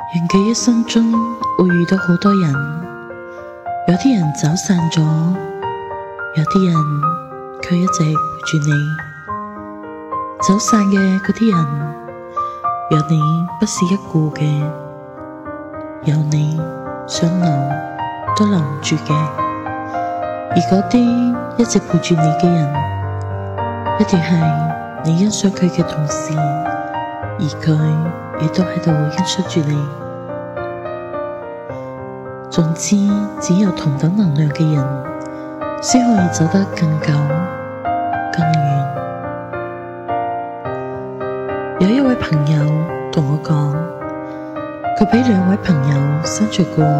人嘅一生中會遇到好多人，有啲人走散咗，有啲人佢一直陪住你。走散嘅嗰啲人，有你不是一顧嘅，有你想留都留唔住嘅。而嗰啲一直陪住你嘅人，一定係你欣賞佢嘅同時，而佢亦都喺度欣賞住你。總之，只有同等能量嘅人，先可以走得更久、更遠。有一位朋友同我講，佢俾2位朋友刪除過。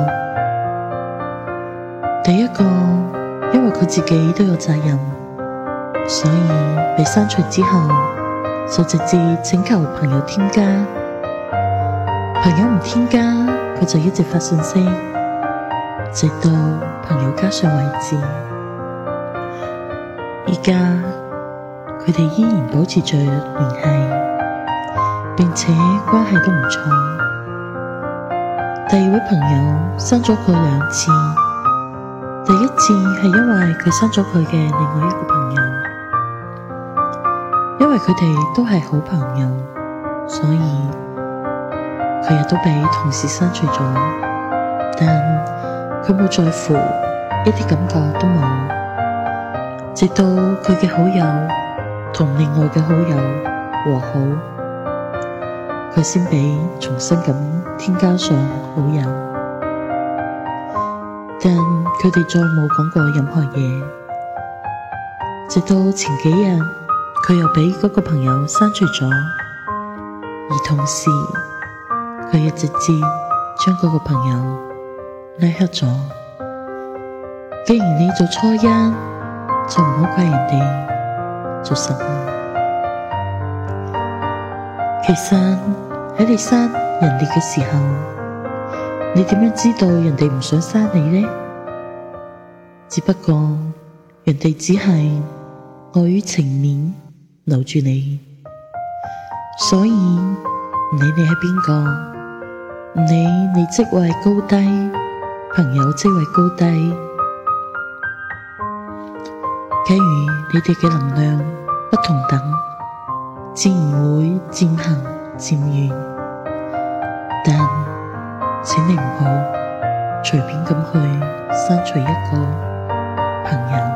第一個，因為佢自己都有責任，所以被刪除之後，就直接請求朋友添加。朋友唔添加，佢就一直發信息，直到朋友加上為止。而家佢哋依然保持着聯繫，並且關係都唔錯。第2位朋友刪咗佢2次，第一次係因為佢刪咗佢嘅另外一個朋友，因為佢哋都係好朋友，所以佢亦都被同時刪除咗，但佢冇在乎，一啲感覺都冇。直到佢嘅好友同另外嘅好友和好，佢先俾重新咁添加上好友。但佢哋再冇講過任何嘢，直到前幾日佢又俾嗰個朋友刪除咗，而同時佢亦直接將嗰個朋友拉黑咗。既然你做初一，就唔好怪人哋做15。其實喺你刪人哋嘅時候，你點樣知道人哋唔想刪你呢？只不過人哋只係礙於情面留住你，所以唔理你係邊個，唔理你職位高低，朋友職位高低，假如你哋嘅能量不同等，自然會漸行漸遠。但請你唔好隨便咁去刪除一個朋友。